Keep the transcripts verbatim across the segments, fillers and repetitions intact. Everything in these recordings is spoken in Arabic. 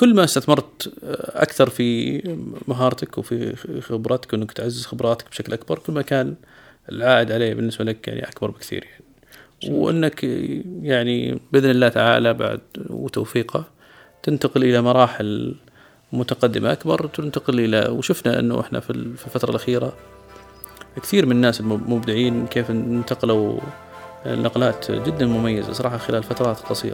كل ما استثمرت أكثر في مهارتك وفي خبراتك وإنك تعزز خبراتك بشكل أكبر، كل ما كان العائد عليه بالنسبة لك يعني أكبر بكثير يعني. وإنك يعني بإذن الله تعالى بعد وتوفيقه تنتقل إلى مراحل متقدمة أكبر، تنتقل إلى، وشفنا أنه إحنا في الفترة الأخيرة كثير من الناس المبدعين كيف انتقلوا نقلات جدا مميزة صراحة خلال فترات قصيرة.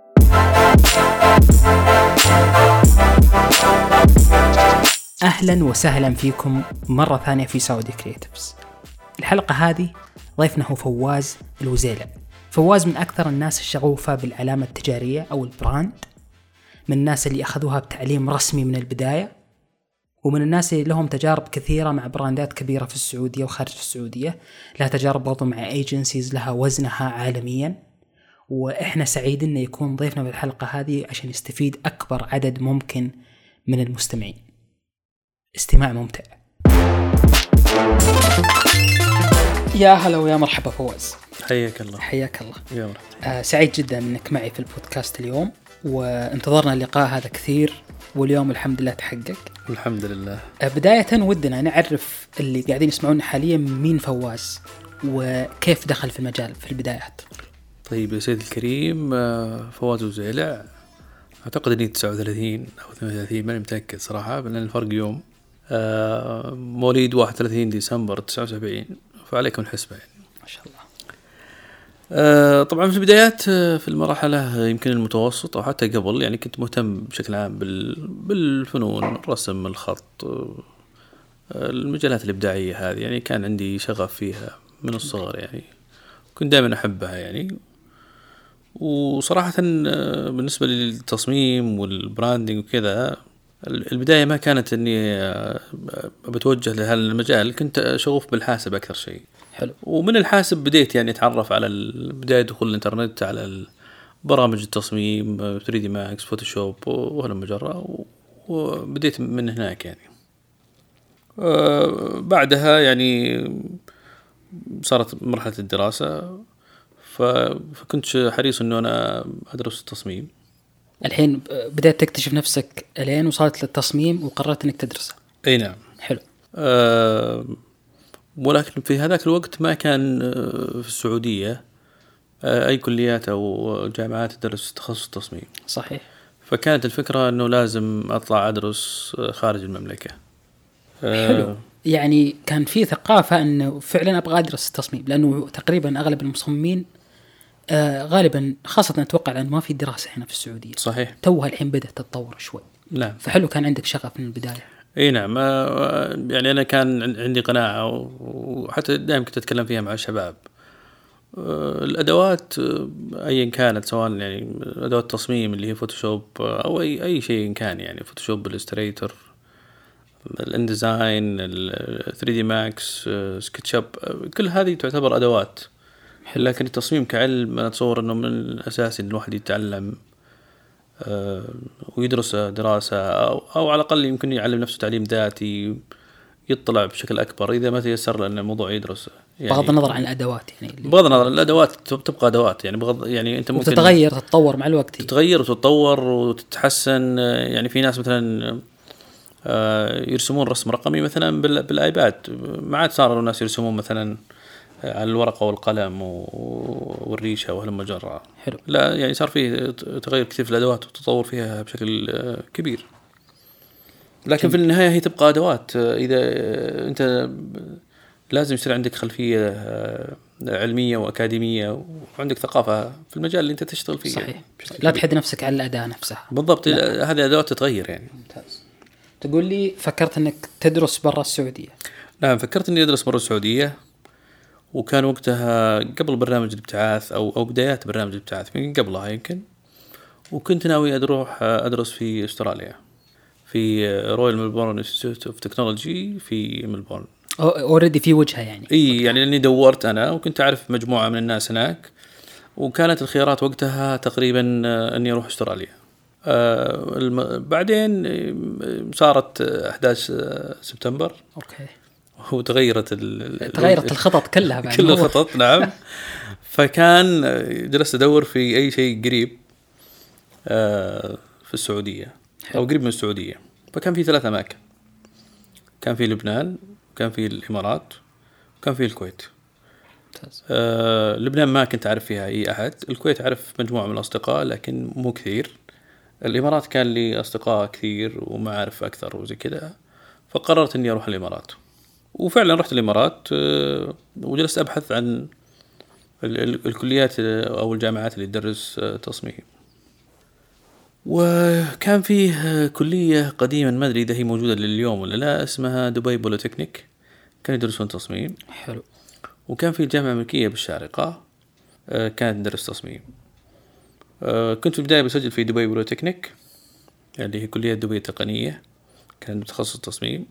أهلا وسهلا فيكم مرة ثانية في سعودي كرياتيفز. الحلقة هذه ضيفنا هو فواز الوزيلع. فواز من أكثر الناس الشغوفة بالعلامة التجارية أو البراند، من الناس اللي أخذوها بتعليم رسمي من البداية، ومن الناس اللي لهم تجارب كثيرة مع براندات كبيرة في السعودية وخارج السعودية، لها تجارب برضو مع ايجنسيز لها وزنها عالميا. وإحنا سعيدين أن يكون ضيفنا في الحلقة هذه عشان يستفيد أكبر عدد ممكن من المستمعين. استماع ممتع. يا هلا ويا مرحبا فواز. حياك الله. حياك الله. يا مرحبا. آه سعيد جدا أنك معي في البودكاست اليوم، وانتظرنا اللقاء هذا كثير، واليوم الحمد لله تحقق. الحمد لله. آه بداية ودنا نعرف اللي قاعدين يسمعونا حاليا مين فواز وكيف دخل في المجال في البدايات. طيب يا سيد الكريم، فواز الوزيلع أعتقد أني تسعة وثلاثين أو ثمانية وثلاثين، ماني متأكد صراحة لأن الفرق يوم. مواليد واحد وثلاثين ديسمبر تسعة وسبعين، فعليكم الحسبة يعني. ما شاء الله. طبعا في البدايات في المرحلة يمكن المتوسط أو حتى قبل، يعني كنت مهتم بشكل عام بالفنون، الرسم، الخط، المجالات الإبداعية هذه، يعني كان عندي شغف فيها من الصغر، يعني كنت دائما أحبها يعني. وصراحة بالنسبة للتصميم والبراندينج وكذا، البداية ما كانت أني بتوجه لهذا المجال، كنت شغوف بالحاسب أكثر شيء. حلو. ومن الحاسب بديت يعني أتعرف على بداية دخول الإنترنت على برامج التصميم ثري دي ماكس، فوتوشوب وهالمجرة، وبديت من هناك يعني. بعدها يعني صارت مرحلة الدراسة، فكنت حريص إنه أنا أدرس التصميم. الحين بدأت تكتشف نفسك الين وصلت للتصميم وقررت إنك تدرسه. أي نعم. حلو. أه ولكن في هذاك الوقت ما كان في السعودية أي كليات أو جامعات تدرس تخصص التصميم. صحيح. فكانت الفكرة إنه لازم أطلع أدرس خارج المملكة. حلو. يعني كان في ثقافة إنه فعلا أبغى أدرس التصميم، لأنه تقريبا أغلب المصممين آه غالبا، خاصة أتوقع لأنه ما في دراسة هنا في السعودية. صحيح. توها الحين بدأت تتطور شوي. نعم. فحلو كان عندك شغف من البداية. اي نعم. يعني انا كان عندي قناعه، وحتى دائما كنت اتكلم فيها مع الشباب. الادوات ايا كانت، سواء يعني ادوات التصميم اللي هي فوتوشوب او اي اي شيء كان، يعني فوتوشوب، الستريتور، الانديزاين، ثري دي ماكس، سكتش اب، كل هذه تعتبر ادوات. لكن التصميم كعلم انا اتصور انه من الاساسي ان الواحد يتعلم ويدرس دراسة أو, أو على الأقل يمكن يعلم نفسه تعليم ذاتي، يطلع بشكل أكبر إذا ما تيسر لأن الموضوع يدرس. يعني بغض النظر عن الأدوات، يعني بغض النظر عن الأدوات تبقى أدوات، يعني بغض يعني أنت ممكن تتغير تتطور مع الوقت، تتغير وتتطور وتتحسن. يعني في ناس مثلا يرسمون رسم رقمي مثلا بالآيباد، ما عاد صار الناس يرسمون مثلا على الورقة والقلم والريشة وهالمجرة. حلو. لا يعني صار فيه تغير كثير في الأدوات وتطور فيها بشكل كبير، لكن في النهاية هي تبقى أدوات. إذا أنت لازم يصير عندك خلفية علمية وأكاديمية وعندك ثقافة في المجال اللي أنت تشتغل فيه. صحيح. لا تحد نفسك على الأداة نفسها. بالضبط. هذه الأدوات تتغير يعني. ممتاز. تقول لي فكرت أنك تدرس برا السعودية؟ نعم، فكرت أني أدرس برا السعودية، وكان وقتها قبل برنامج الابتعاث أو أو بدايات برنامج الابتعاث، من قبلها يمكن. وكنت ناوي أروح أدرس في أستراليا في رويال ملبورن انستيتيوت اوف تكنولوجي في ملبورن. اوريدي في وجهه يعني. اي يعني لاني دورت انا وكنت اعرف مجموعه من الناس هناك، وكانت الخيارات وقتها تقريبا اني اروح استراليا. آه الم... بعدين صارت أحداث سبتمبر. اوكي. وتغيرت ال... تغيرت الخطط كلها بعد. كل الخطط. نعم. فكان جلست ادور في اي شيء قريب آه في السعوديه. أو قريب من السعودية. فكان في ثلاث أماكن، كان في لبنان، كان في الإمارات، وكان في الكويت. آه، لبنان ما كنت أعرف فيها أي أحد، الكويت أعرف مجموعة من الأصدقاء لكن مو كثير، الإمارات كان لي أصدقاء كثير وما أعرف أكثر وزي كده، فقررت إني أروح الإمارات. وفعلا رحت الإمارات آه، وجلست أبحث عن ال- ال- الكليات أو الجامعات اللي تدرس آه، تصميم. وكان فيه كلية قديما ما أدري إذا هي موجودة لليوم ولا لا، اسمها دبي بوليتكنيك، كانوا يدرسون تصميم. حلو. وكان في الجامعة الأمريكية بالشارقة آه، كانت ندرس تصميم. آه، كنت في البداية بسجل في دبي بوليتكنيك اللي هي كلية دبي التقنية، كان بتخصص تصميم.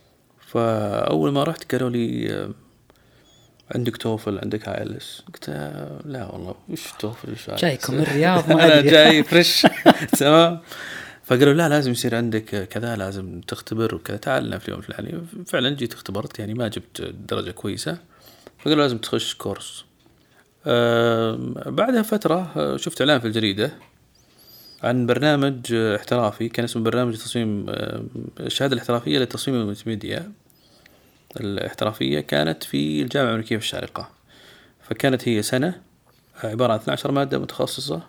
فأول ما رحت قالوا لي آه، عندك توفل، عندك هاي إلس. قلت آه، لا والله وش توفل وش جايكم من الرياض ما أنا أدري. جاي فريش. تمام. فقالوا لا لازم يصير عندك كذا، لازم تختبر وكذا، تعال لنا في اليوم الفلاني. فعلا جيت اختبرت، يعني ما جبت درجة كويسة، فقالوا لازم تخش كورس. أه بعدها فترة آه، شفت إعلان في الجريدة عن برنامج آه، احترافي، كان اسمه برنامج تصميم آه، الشهادة الاحترافية لتصميم الملتي ميديا الاحترافية، كانت في الجامعة الأمريكية في الشارقة. فكانت هي سنة عبارة عن اثنتي عشرة مادة متخصصة.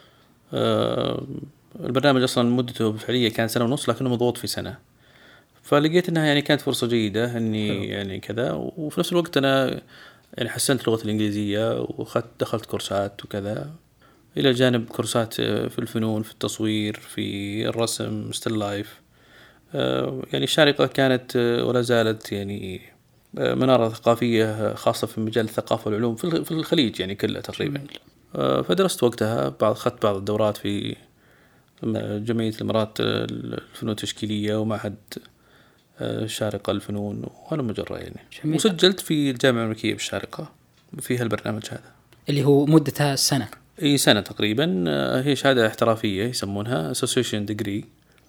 أه البرنامج أصلا مدته الفعلية كان سنة ونص لكنه مضغوط في سنة، فلقيت إنها يعني كانت فرصة جيدة إني يعني كذا. وفي نفس الوقت أنا يعني حسنت لغة الإنجليزية وخدت دخلت كورسات وكذا، إلى جانب كورسات في الفنون، في التصوير، في الرسم، ستيل لايف. يعني الشارقة كانت ولا زالت يعني منارة ثقافية خاصة في مجال الثقافة والعلوم في الخليج يعني كله تقريبا. فدرست وقتها بعض، خدت بعض الدورات في جمعية الإمارات الفنون التشكيلية ومعهد الشارقة الفنون وأنا مجرى يعني. جميل. وسجلت في الجامعة الأمريكية بالشارقة فيها البرنامج هذا اللي هو مدتها سنة. أي سنة تقريبا. هي شهادة احترافية يسمونها Association Degree،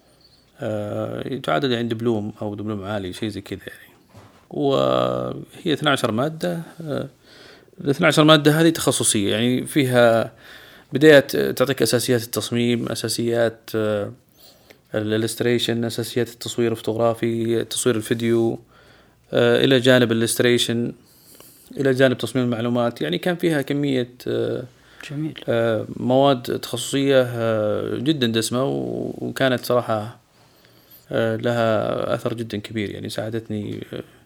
تعادل يعني دبلوم أو دبلوم عالي شيء زي كذا يعني. وهي اثنتي عشرة مادة. ال اثنتي عشرة مادة هذه تخصصية، يعني فيها بدايات تعطيك أساسيات التصميم، أساسيات الإلستريشن، أساسيات التصوير الفوتوغرافي، تصوير الفيديو، إلى جانب الإلستريشن، إلى جانب تصميم المعلومات. يعني كان فيها كمية جميل. مواد تخصصية جدا دسمة، وكانت صراحة لها أثر جدا كبير، يعني ساعدتني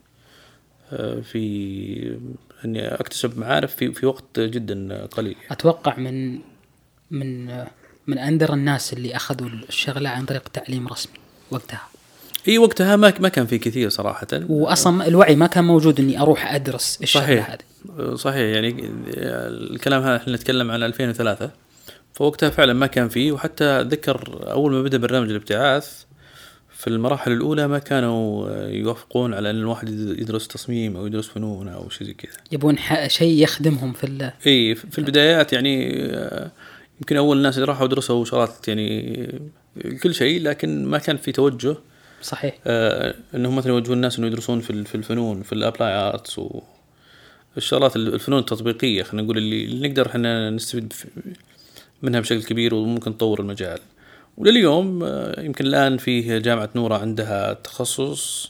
في أني أكتسب معارف في في وقت جدا قليل. أتوقع من من من أندر الناس اللي أخذوا الشغلة عن طريق تعليم رسمي وقتها. اي وقتها ما ما كان في كثير صراحة، واصلا الوعي ما كان موجود اني اروح ادرس الشغله هذه. صحيح، يعني الكلام هذا احنا نتكلم عن ألفين وثلاثة، فوقتها فعلا ما كان فيه. وحتى ذكر اول ما بدا برنامج الابتعاث في المراحل الاولى ما كانوا يوافقون على ان الواحد يدرس تصميم او يدرس فنون او شيء زي كذا، يبون شيء يخدمهم في ال اي في البدايات. يعني يمكن اول الناس اللي راحوا درسوا شغلات يعني كل شيء، لكن ما كان في توجه صحيح آه انهم مثلا يوجهون الناس انه يدرسون في في الفنون، في الابلاي ارتس والشغلات الفنون التطبيقيه، خلينا نقول اللي, اللي نقدر احنا نستفيد منها بشكل كبير وممكن نطور المجال. ولليوم آه يمكن الان فيه جامعه نورة عندها تخصص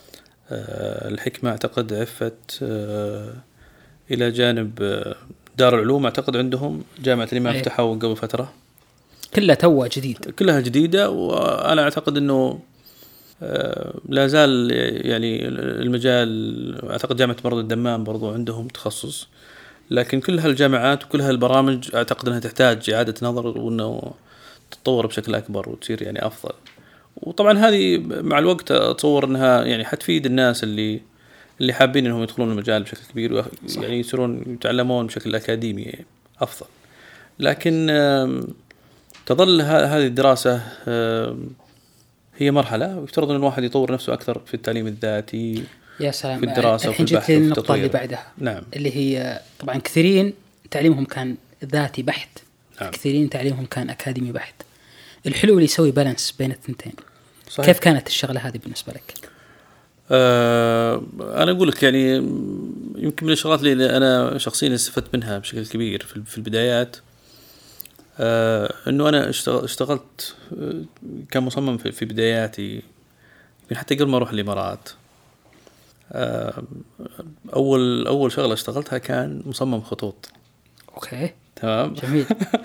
آه الحكمه اعتقد عفت، آه الى جانب آه دار العلوم اعتقد عندهم جامعه الامام أيه. فتحوا قبل فتره، كلها توه جديد، كلها جديده. وانا اعتقد انه لا زال يعني المجال. أعتقد جامعة برضو الدمام برضو عندهم تخصص، لكن كل هالجامعات وكل هالبرامج أعتقد أنها تحتاج إعادة نظر وأنه تتطور بشكل أكبر وتصير يعني أفضل. وطبعا هذه مع الوقت أتصور أنها يعني حتفيد الناس اللي اللي حابين أنهم يدخلون المجال بشكل كبير، يعني يصيرون يتعلمون بشكل أكاديمي أفضل. لكن تظل هذه الدراسة هي مرحلة، ويفترض أن الواحد يطور نفسه أكثر في التعليم الذاتي. يا سلام. في الدراسة الحين جت النقطة اللي بعدها، نعم. اللي هي طبعا كثيرين تعليمهم كان ذاتي بحت، نعم. كثيرين تعليمهم كان أكاديمي بحت. الحلو اللي يسوي بالانس بين الثنتين. صحيح. كيف كانت الشغلة هذه بالنسبة لك؟ آه أنا أقول لك يعني يمكن من الشغلات اللي أنا شخصيا استفدت منها بشكل كبير في البدايات آه انه انا اشتغلت كمصمم في بداياتي، حتى قبل ما اروح الامارات. آه اول اول شغله اشتغلتها كان مصمم خطوط. اوكي تمام جميل.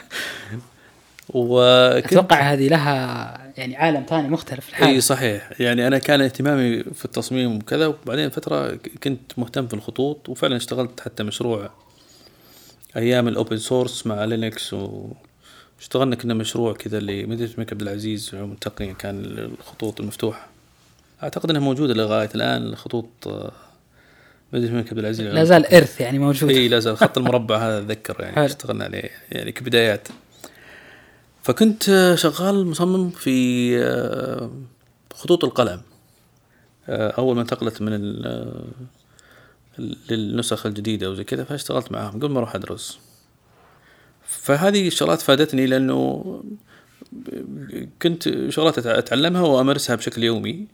وكنت اتوقع هذه لها يعني عالم ثاني مختلف الحال. اي صحيح، يعني انا كان اهتمامي في التصميم وكذا، وبعدين فتره كنت مهتم في الخطوط، وفعلا اشتغلت حتى مشروع ايام الاوبن سورس مع لينكس، واشتغلنا كنا مشروع كذا لمدينه الملك عبد العزيز علوم التقنيه، كان الخطوط المفتوحه. اعتقد انها موجوده لغايه الان، الخطوط مدينه الملك عبد العزيز لا زال ارث يعني موجود. اي لا زال خط المربع هذا اتذكر يعني اشتغلنا عليه يعني كبدايات. فكنت شغال مصمم في خطوط القلم اول ما انتقلت من للنسخ الجديده وزي كذا، فاشتغلت معاهم قبل ما اروح ادرس. فهذه الشغلات فادتني، لانه كنت شغلات اتعلمها وامارسها بشكل يومي.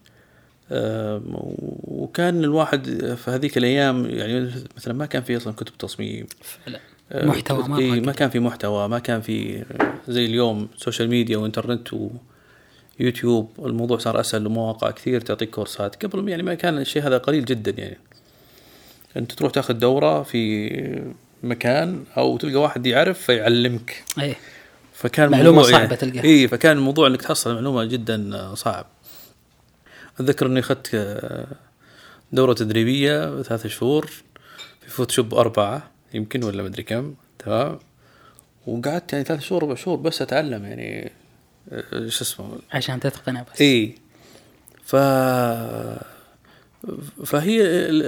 وكان الواحد في هذيك الايام يعني مثلا ما كان في اصلا كتب تصميم، محتوى ما, إيه ما كان في محتوى، ما كان في زي اليوم سوشيال ميديا وانترنت ويوتيوب. الموضوع صار اسهل، ومواقع كثير تعطيك كورسات. قبل يعني ما كان الشيء هذا، قليل جدا. يعني انت تروح تاخذ دورة في مكان او تلقى واحد يعرف فيعلمك. ايه فكان معلومة صعبة يعني تلقاها. ايه فكان الموضوع انك تحصل معلومة جدا صعب. اتذكر اني اخذت دورة تدريبية ثلاث شهور في فوتوشوب أربعة يمكن ولا مدري كم. تمام. وقعدت يعني ثلاث شهور أربع شهور بس أتعلم يعني إيش اسمه عشان تتقنها بس. إيه ف فهي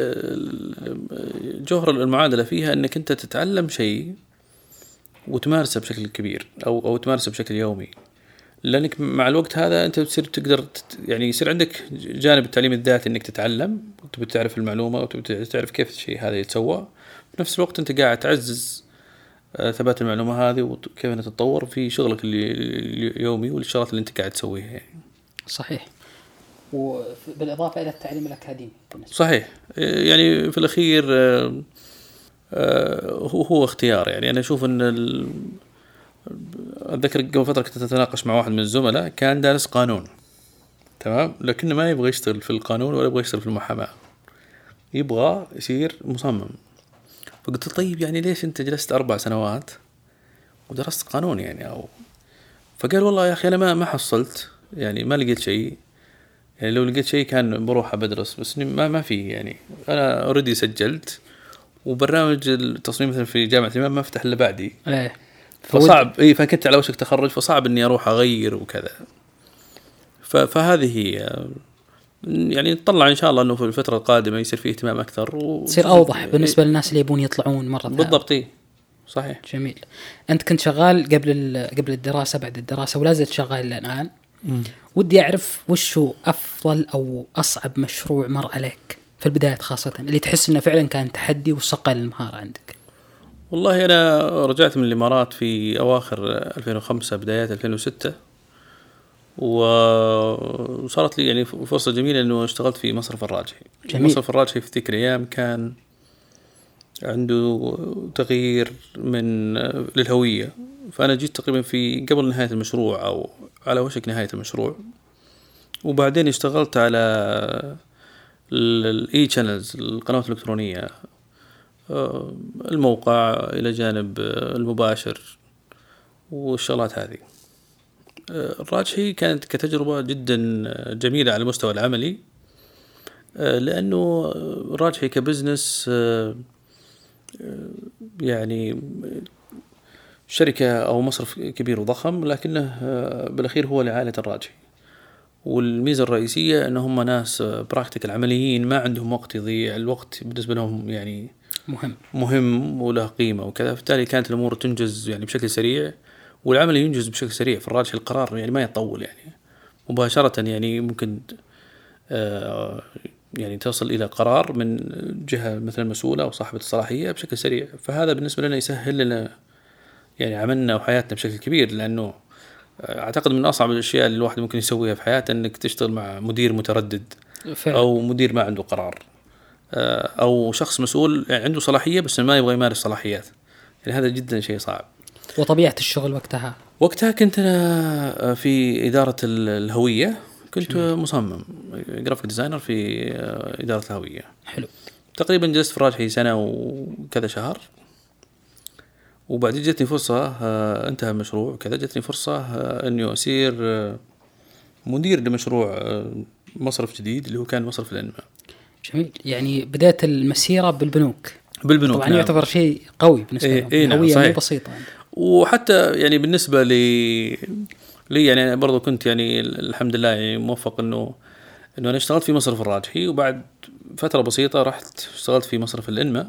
جوهر المعادلة فيها أنك أنت تتعلم شيء وتمارسه بشكل كبير أو أو تمارسه بشكل يومي، لأنك مع الوقت هذا أنت بتصير تقدر يعني يصير عندك جانب التعليم الذاتي، أنك تتعلم وتبي تعرف المعلومة وتبي تعرف كيف الشيء هذا يتسوى. بنفس الوقت أنت قاعد تعزز ثبات المعلومة هذه وكيف أنها تتطور في شغلك اليومي والشغلات اللي أنت قاعد تسويها يعني. صحيح. وبالإضافة إلى التعليم الأكاديمي. صحيح. يعني في الأخير هو هو اختيار. يعني أنا أشوف أن ال... أتذكر قبل فترة كنت أتناقش مع واحد من الزملاء كان دارس قانون، تمام، لكنه ما يبغى يشتغل في القانون ولا يبغى يشتغل في المحاماة، يبغى يصير مصمم. فقلت طيب يعني ليش أنت جلست أربع سنوات ودرست قانون يعني؟ أو فقال والله يا أخي أنا ما ما حصلت يعني، ما لقيت شيء. يعني لو لقيت شيء كان بروح بدرس، بس ما ما في يعني. أنا أوريدي سجلت، وبرنامج التصميم مثلا في جامعة الإمام ما فتح إلا بعدي. إيه. فصعب. إيه فكنت على وشك تخرج، فصعب إني أروح أغير وكذا. فهذه هي يعني نطلع إن شاء الله إنه في الفترة القادمة يصير فيه اهتمام أكثر وتصير أوضح بالنسبة للناس اللي يبون يطلعون مرة ثانية. بالضبط. إيه صحيح. جميل. أنت كنت شغال قبل قبل الدراسة، بعد الدراسة، ولا زلت شغال الآن. م. ودي أعرف وش هو أفضل أو أصعب مشروع مر عليك في البدايات، خاصة اللي تحس إنه فعلا كان تحدي وصقل المهارة عندك. والله أنا رجعت من الإمارات في أواخر ألفين وخمسة بدايات ألفين وستة، وصارت لي يعني فرصة جميلة إنه اشتغلت في مصرف الراجحي. جميل. مصرف الراجحي في تلك الأيام كان عنده تغيير من للهوية، فأنا جيت تقريبا في قبل نهاية المشروع أو على وشك نهاية المشروع. وبعدين اشتغلت على الإي شانلز، القنوات الإلكترونية، الموقع إلى جانب المباشر والشغلات هذه. الراجحي كانت كتجربة جدا جميلة على المستوى العملي، لأنه الراجحي كبزنس يعني شركة أو مصرف كبير وضخم، لكنه بالأخير هو لعائلة الراجحي. والميزة الرئيسية أنهم ناس براكتيكال عمليين، ما عندهم وقت يضيع، الوقت بالنسبة لهم يعني مهم مهم وله قيمة وكذا. بالتالي كانت الأمور تنجز يعني بشكل سريع، والعمل ينجز بشكل سريع. في الراجحي القرار يعني ما يطول، يعني مباشرة يعني ممكن آه يعني تصل إلى قرار من جهة مثلا مسؤولة أو صاحبة الصلاحية بشكل سريع. فهذا بالنسبة لنا يسهل لنا يعني عملنا وحياتنا بشكل كبير، لأنه أعتقد من أصعب الأشياء اللي الواحد ممكن يسويها في حياته أنك تشتغل مع مدير متردد فعلا. أو مدير ما عنده قرار، أو شخص مسؤول يعني عنده صلاحية بس ما يبغى يمارس صلاحيات. يعني هذا جدا شيء صعب. وطبيعة الشغل وقتها؟ وقتها كنت أنا في إدارة الهوية، كنت جميل. مصمم جرافيك ديزاينر في إدارة الهوية. حلو. تقريبا جلست في الراجحي سنة وكذا شهر، وبعدين جتني فرصة، انتهى المشروع وكذا، جتني فرصة اني أصير مدير لمشروع مصرف جديد اللي هو كان مصرف الأنماء. جميل. يعني بداية المسيرة بالبنوك. بالبنوك طبعا نعم. يعتبر شيء قوي بالنسبة إيه لهم. إيه نعم هوية مو بسيطة يعني. وحتى يعني بالنسبة لي لي يعني برضو كنت يعني الحمد لله يعني موفق انه انه انا اشتغلت في مصرف الراجحي، وبعد فترة بسيطة رحت اشتغلت في مصرف الأنماء،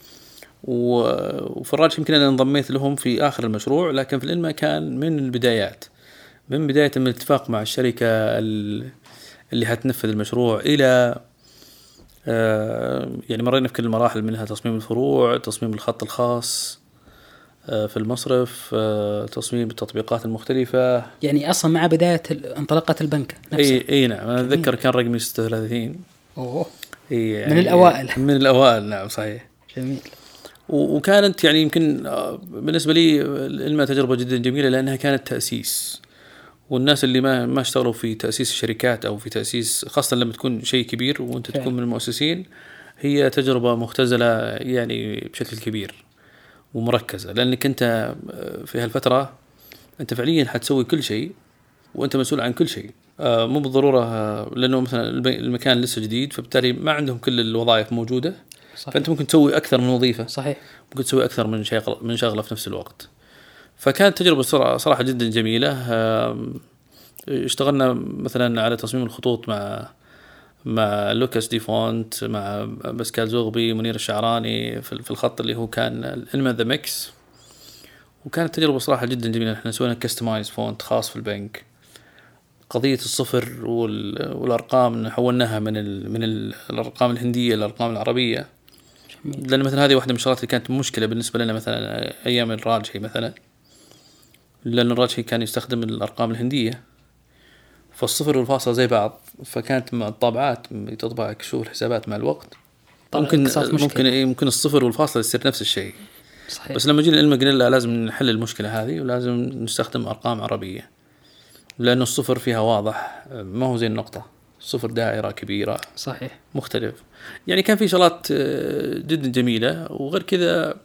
وفي الراجحي يمكن انا انضميت لهم في اخر المشروع، لكن في الأنماء كان من البدايات، من بداية من الاتفاق مع الشركة اللي هتنفذ المشروع إلى يعني مرينا في كل المراحل، منها تصميم الفروع، تصميم الخط الخاص في المصرف، تصميم التطبيقات المختلفة. يعني أصلا مع بداية انطلاقة البنك نفسها. أي أي نعم. أنا أتذكر كان رقمي ستة وثلاثين. أوه. يعني من الأوائل. من الأوائل نعم صحيح. جميل. وكانت يعني يمكن بالنسبة لي الأنماء تجربة جدا جميلة، لأنها كانت تأسيس، والناس اللي ما ما اشتغلوا في تأسيس الشركات أو في تأسيس، خاصة لما تكون شيء كبير وأنت فعلا. تكون من المؤسسين، هي تجربة مختزلة يعني بشكل كبير ومركزة، لأنك أنت في هالفترة أنت فعليا حتسوي كل شيء وأنت مسؤول عن كل شيء. آه مو بالضرورة، لأنه مثلا المكان لسه جديد، فبالتالي ما عندهم كل الوظائف موجودة. صحيح. فأنت ممكن تسوي أكثر من وظيفة. صحيح. ممكن تسوي أكثر من شغلة من شغلة في نفس الوقت. فكانت تجربة صراحة جدا جميلة. آه اشتغلنا مثلا على تصميم الخطوط مع مع لوكاس دي فونت، مع باسكال زوغبي، منير الشعراني في الخط اللي هو كان الانما ذا ميكس، وكانت تجربة صراحة جدا جميلة. احنا سوينا كستمايز فونت خاص في البنك. قضية الصفر والأرقام حولناها من ال من ال الأرقام الهندية للأرقام العربية، لأن مثلا هذه واحدة من الشغلات اللي كانت مشكلة بالنسبة لنا مثلا أيام الراجحي، مثلا لأن الراجحي كان يستخدم الأرقام الهندية، فالصفر والفاصلة زي بعض، فكانت مع الطابعات تطبع كشوف الحسابات مع الوقت ممكن ممكن إيه ممكن الصفر والفاصلة يصير نفس الشيء. صحيح. بس لما جينا العلم قلنا لازم نحل المشكلة هذه، ولازم نستخدم أرقام عربية، لأنه الصفر فيها واضح، ما هو زي النقطة، الصفر دائرة كبيرة. صحيح. مختلف. يعني كان في شغلات جدا جميلة. وغير كذا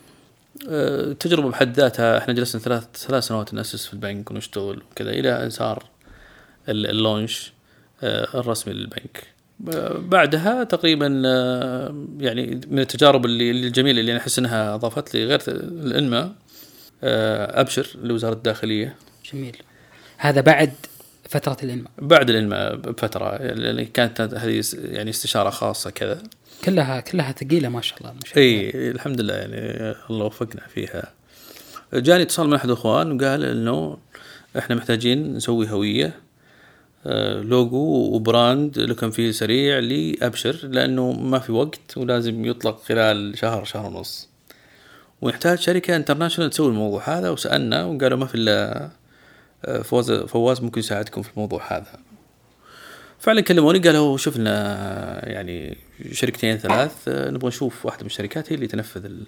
تجربة بحد ذاتها، احنا جلسنا ثلاث ثلاث سنوات نأسس في البنك ونشتغل وكذا، إلى أن صار اللونش الرسمي للبنك. بعدها تقريبا يعني من التجارب اللي الجميلة اللي أنا أحس أنها أضافت لي غير الأنماء، أبشر لوزارة الداخلية. جميل. هذا بعد فترة الأنماء. بعد الأنماء بفترة، يعني كانت هذه يعني استشارة خاصة كذا، كلها كلها ثقيلة ما شاء الله. اي الحمد لله يعني الله وفقنا فيها. جاني اتصال من أحد الأخوان وقال إنه إحنا محتاجين نسوي هوية، لوجو وبراند لكم فيه سريع لأبشر، لأنه ما في وقت ولازم يطلق خلال شهر شهر ونص، ونحتاج شركة انترناشونال تسوي الموضوع هذا. وسألنا وقالوا ما في إلا فواز فواز ممكن يساعدكم في الموضوع هذا. فعلا كلموني قالوا شفنا يعني شركتين ثلاث، نبغى نشوف واحدة من الشركات هي اللي تنفذ ال...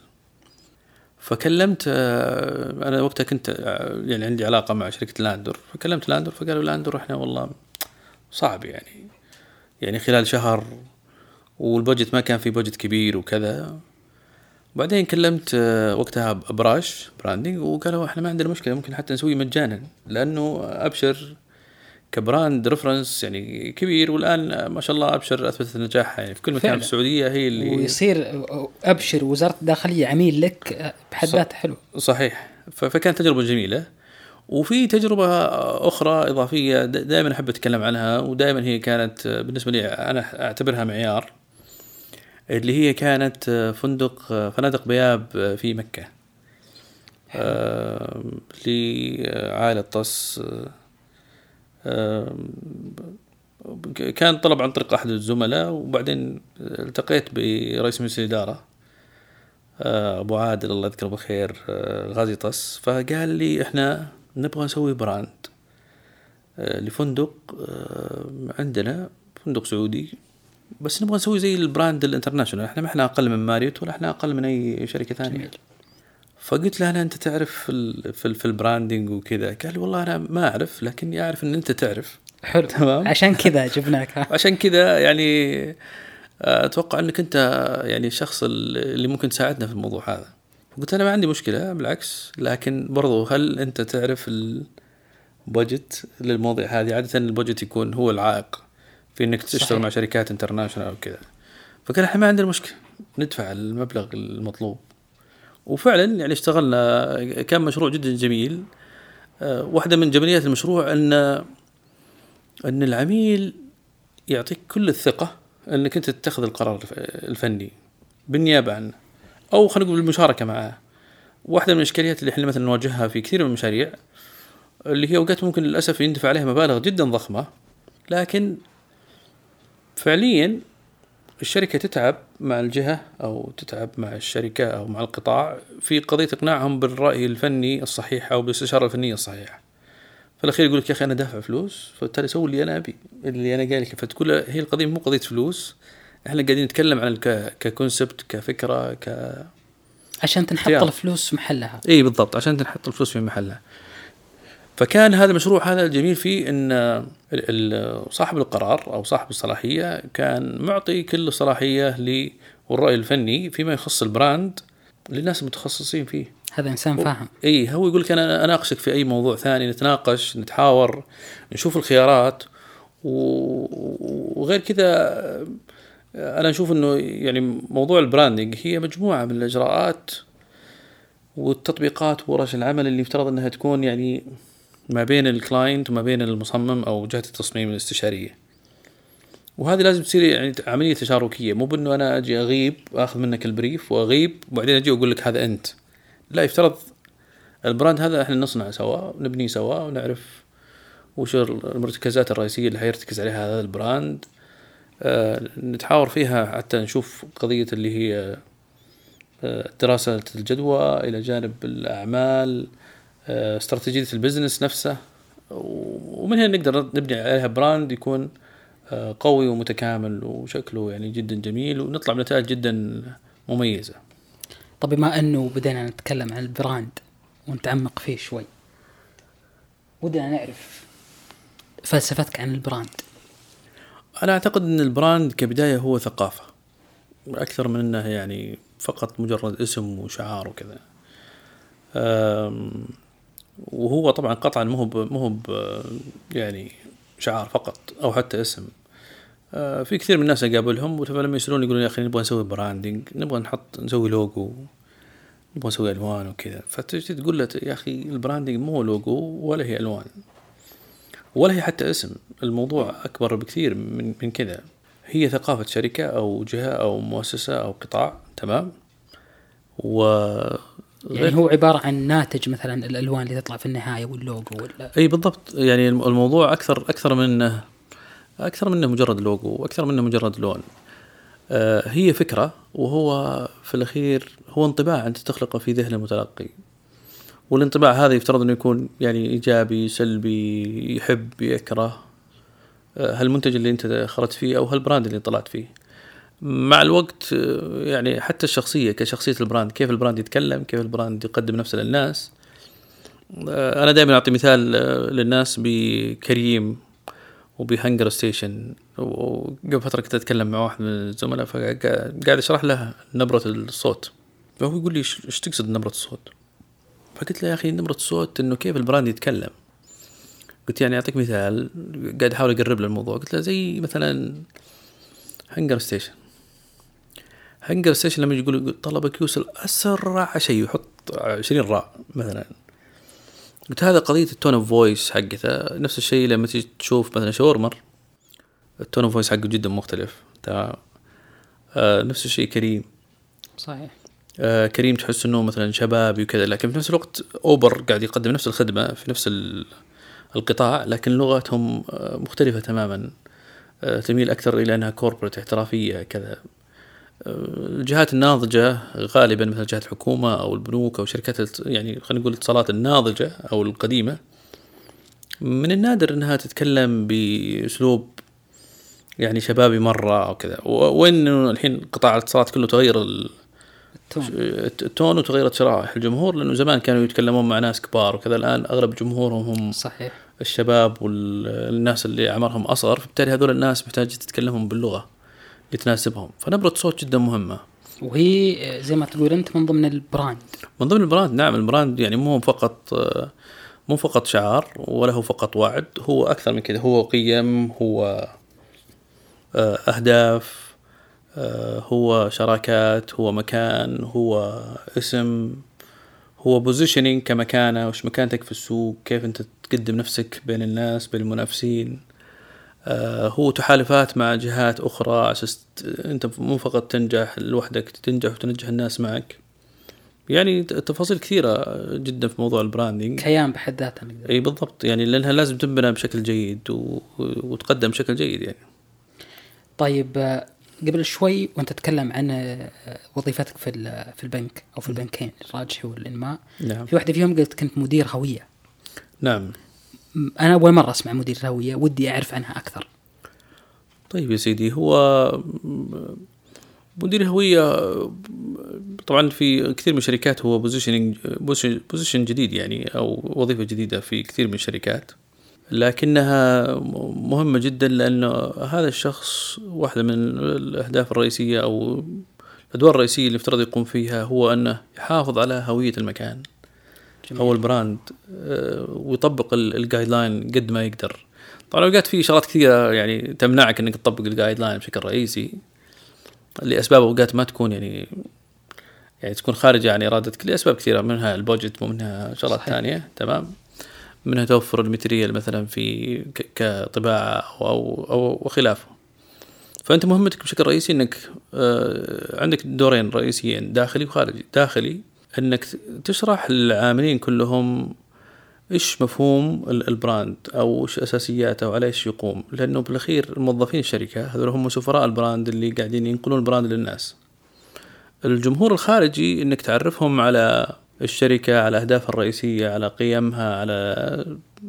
فكلمت أنا وقتها كنت يعني عندي علاقة مع شركة لاندر، فكلمت لاندر فقالوا لاندر إحنا والله صعب يعني يعني خلال شهر، والبجت ما كان في بجت كبير وكذا. بعدين كلمت وقتها أبراش براندينج وقالوا إحنا ما عندنا مشكلة، ممكن حتى نسوي مجانا، لأنه أبشر كبراند ريفرنس يعني كبير، والآن ما شاء الله أبشر أثبتت نجاحها يعني في كل مكان في السعودية هي اللي ويصير أبشر وزارة الداخلية عميل لك بحد ذاته حلو. صحيح. فكانت تجربة جميلة. وفي تجربة أخرى إضافية دائما أحب أتكلم عنها، ودائما هي كانت بالنسبة لي أنا أعتبرها معيار، اللي هي كانت فندق فنادق بياب في مكة آه لعائلة طس. آه كان طلب عن طريق أحد الزملاء، وبعدين التقيت برئيس مجلس الإدارة آه أبو عادل الله يذكره بخير، آه غازي طس، فقال لي إحنا نبغى نسوي براند آه لفندق آه عندنا فندق سعودي، بس نبغى نسوي زي البراند الانترناشونال، احنا ما احنا اقل من ماريوت ولا احنا اقل من اي شركه ثانيه. فقلت له أنا أنت تعرف في ال في, ال في البراندينج وكذا. قال لي والله أنا ما أعرف لكني أعرف إن أنت تعرف. حلو. تمام. عشان كذا جبناك. عشان كذا يعني أتوقع أنك أنت يعني الشخص اللي ممكن تساعدنا في الموضوع هذا. قلت أنا ما عندي مشكلة بالعكس، لكن برضو هل أنت تعرف البودجت للموضوع هذه؟ عادة البودجت يكون هو العائق في أنك تشتغل مع شركات انترناشونال أو كذا. فقال إحنا ما عندنا مشكلة ندفع المبلغ المطلوب. وفعلا يعني اشتغلنا، كان مشروع جدا جميل. أه واحدة من جماليات المشروع أن أن العميل يعطيك كل الثقة أنك أنت تتخذ القرار الفني بالنيابة عنه أو خلينا نقول بالمشاركة معه. واحدة من الإشكاليات اللي إحنا مثلا نواجهها في كثير من المشاريع اللي هي أوقات ممكن للأسف يندفع عليها مبالغ جدا ضخمة، لكن فعليا الشركة تتعب مع الجهة أو تتعب مع الشركة أو مع القطاع في قضية إقناعهم بالرأي الفني الصحيح أو بالاستشارة الفنية الصحيحة. فالأخير يقولك يا أخي أنا دافع فلوس فبالتالي سوي اللي أنا أبي اللي أنا قايل لك. فتقول هي القضية مو قضية فلوس، إحنا قاعدين نتكلم عن ككونسبت كفكرة ك عشان تنحط الفلوس محلها. إيه بالضبط، عشان تنحط الفلوس في محلها. فكان هذا المشروع هذا الجميل فيه أن صاحب القرار أو صاحب الصلاحية كان معطي كل الصلاحية والرأي الفني فيما يخص البراند للناس المتخصصين فيه. هذا إنسان و... فاهم. إيه هو يقول لك أنا أناقشك في أي موضوع ثاني، نتناقش نتحاور نشوف الخيارات و... وغير كذا. أنا أشوف أنه يعني موضوع البراندنج هي مجموعة من الإجراءات والتطبيقات ورش العمل اللي يفترض أنها تكون يعني ما بين الكلاينت وما بين المصمم أو جهة التصميم الاستشارية. وهذه لازم تصير يعني عملية تشاركية، مو بأنه أنا أجي أغيب أخذ منك البريف وأغيب وبعدين أجي أقول لك هذا أنت. لا، يفترض البراند هذا إحنا نصنع سوا نبني سوا ونعرف وش المرتكزات الرئيسية اللي حيرتكز عليها هذا البراند. آه نتحاور فيها حتى نشوف قضية اللي هي آه دراسة الجدوى إلى جانب الأعمال، آه استراتيجية البزنس نفسه، ومن هنا نقدر نبني عليها براند يكون آه قوي ومتكامل وشكله يعني جدا جميل ونطلع بنتائج جدا مميزة. طب بما أنه بدأنا نتكلم عن البراند ونتعمق فيه شوي، ودنا نعرف فلسفتك عن البراند. أنا أعتقد أن البراند كبداية هو ثقافة أكثر من أنه يعني فقط مجرد اسم وشعار وكذا. وهو طبعا قطعا مو مو يعني شعار فقط أو حتى اسم. في كثير من الناس أقابلهم ولما يسألون يقولون يا أخي نبغى نسوي براندينج، نبغى نحط نسوي لوجو، نبغى نسوي ألوان وكذا. فتجي تقول له يا أخي البراندينج مو لوجو ولا هي ألوان ولا هي حتى اسم، الموضوع أكبر بكثير من من كذا. هي ثقافة شركة أو جهة أو مؤسسة أو قطاع. تمام. و يعني هو عبارة عن ناتج مثلا الألوان اللي تطلع في النهاية واللوجو ولا؟ أي بالضبط. يعني الموضوع أكثر أكثر من أكثر منه مجرد لوجو وأكثر منه مجرد لون. آه هي فكرة، وهو في الأخير هو انطباع أنت تخلقه في ذهن المتلقي، والانطباع هذا يفترض أنه يكون يعني إيجابي سلبي، يحب يكره. آه هالمنتج اللي أنت خرجت فيه أو هالبراند اللي طلعت فيه مع الوقت. آه يعني حتى الشخصية كشخصية البراند، كيف البراند يتكلم، كيف البراند يقدم نفسه للناس. آه أنا دائما أعطي مثال آه للناس بكريم وبهنجر ستيشن. وقبل فترة كنت أتكلم مع واحد من الزملاء فقاعد أشرح له نبرة الصوت، فهو يقول لي إيش تقصد نبرة الصوت؟ فقلت له يا أخي نبرة الصوت إنه كيف البراند يتكلم. قلت يعني أعطيك مثال، قاعد أحاول أقرب له الموضوع. قلت له زي مثلا هنجر ستيشن هنجر ستيشن لما يقول طلبك يوصل أسرع شيء يحط عشرين راء مثلا. قلت هذا قضية التون اوف فويس حقته. نفس الشيء لما تيجي تشوف مثلا شاورمر التون اوف فويس حقه جدا مختلف. تمام. آه نفس الشيء كريم. صحيح. آه كريم تحس انه مثلا شبابي وكذا، لكن في نفس الوقت اوبر قاعد يقدم نفس الخدمة في نفس القطاع، لكن لغتهم آه مختلفة تماما. آه تميل اكثر الى انها كوربريت احترافية كذا. الجهات الناضجة غالبا مثل جهات الحكومة أو البنوك أو شركات يعني خلينا نقول الاتصالات الناضجة أو القديمة، من النادر أنها تتكلم بأسلوب يعني شبابي مرة أو كذا. وإنه الحين قطاع الاتصالات كله تغير التون وتغيرت شرائح الجمهور، لأنه زمان كانوا يتكلمون مع ناس كبار وكذا، الآن أغلب جمهورهم هم صحيح الشباب والناس اللي أعمارهم أصغر، فبالتالي هذول الناس محتاجة تتكلمهم باللغة اللي تناسبهم. فنبرة صوت جدا مهمة، وهي زي ما تقول أنت من ضمن البراند. من ضمن البراند، نعم. البراند يعني مو فقط مو فقط شعار ولا هو فقط وعد، هو أكثر من كده، هو قيم، هو أهداف، هو شراكات، هو مكان، هو اسم، هو بوزيشنينج كمكانة، وش مكانتك في السوق، كيف أنت تقدم نفسك بين الناس بين المنافسين، هو تحالفات مع جهات أخرى عشان أنت مو فقط تنجح لوحدك، تنجح وتنجح الناس معك. يعني تفاصيل كثيرة جدا في موضوع البراندينج، كيان بحد ذاته. أي بالضبط، يعني لأنها لازم تنبنى بشكل جيد و... وتقدم بشكل جيد يعني. طيب قبل شوي وانت تتكلم عن وظيفتك في في البنك او في البنكين الراجحي والانماء، نعم. في واحده فيهم قلت كنت مدير هويه. نعم. انا اول مره اسمع مدير هويه، ودي اعرف عنها اكثر. طيب يا سيدي، هو مدير هويه طبعا في كثير من الشركات هو بوزيشنينج بوزيشن جديد يعني، او وظيفه جديده في كثير من الشركات، لكنها مهمة جدا، لأنه هذا الشخص واحدة من الأهداف الرئيسية أو الأدوار الرئيسية اللي افترض يقوم فيها هو أنه يحافظ على هوية المكان. جميل. أو البراند، ويطبق الجايد لاين قد ما يقدر. طبعا أوقات في شغلات كثيرة يعني تمنعك أنك تطبق الجايد لاين بشكل رئيسي لأسباب أوقات ما تكون يعني يعني تكون خارج يعني إرادتك، لأسباب كثيرة، منها البودجت ومنها شغلات ثانية. تمام. منها توفر الماتيريال مثلا في كطباعة أو أو وخلافه. فأنت مهمتك بشكل رئيسي أنك عندك دورين رئيسيين، داخلي وخارجي. داخلي أنك تشرح للعاملين كلهم إيش مفهوم البراند أو إيش أساسياته وعلى إيش يقوم، لأنه بالأخير الموظفين الشركة هذول هم سفراء البراند اللي قاعدين ينقلون البراند للناس. الجمهور الخارجي أنك تعرفهم على الشركة، على أهدافها الرئيسية، على قيمها، على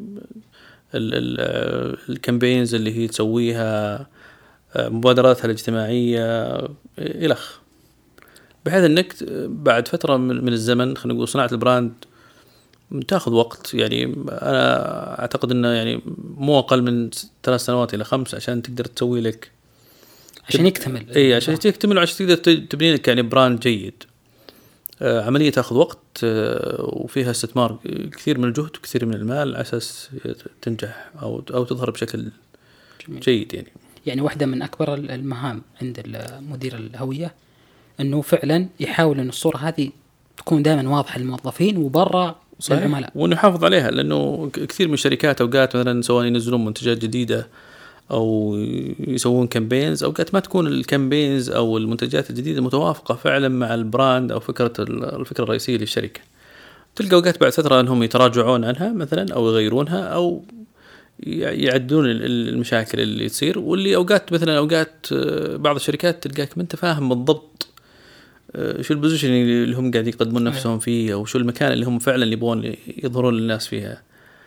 الكامبينز اللي هي تسويها، مبادراتها الاجتماعية إلخ، بحيث أنك بعد فترة من الزمن، خلينا نقول صناعة البراند تأخذ وقت. يعني أنا أعتقد أنه يعني مو أقل من ثلاث سنوات إلى خمس عشان تقدر تسوي لك عشان يكتمل. إيه عشان يكتمل وعشان تقدر تبني لك يعني براند جيد. عملية تأخذ وقت وفيها استثمار كثير من الجهد وكثير من المال على أساس تنجح أو أو تظهر بشكل جميل. جيد يعني. يعني واحدة من أكبر المهام عند مدير الهوية أنه فعلا يحاول أن الصورة هذه تكون دائما واضحة للموظفين وبرا للعملاء، وأنه يحافظ عليها، لأنه كثير من الشركات أوقات مثلا سواء ينزلون منتجات جديدة أو يسوون كامبينز، أوقات ما تكون الكامبينز أو المنتجات الجديدة متوافقة فعلا مع البراند أو فكرة الفكرة الرئيسية للشركة. تلقى أوقات بعد فترة أنهم يتراجعون عنها مثلا أو يغيرونها أو يعدون المشاكل اللي تصير، واللي أوقات مثلا أوقات بعض الشركات تلقاك ما أنت فاهم بالضبط شو البوزيشن اللي هم قاعد يقدمون نفسهم فيه أو شو المكان اللي هم فعلا يبغون يظهرون للناس فيها.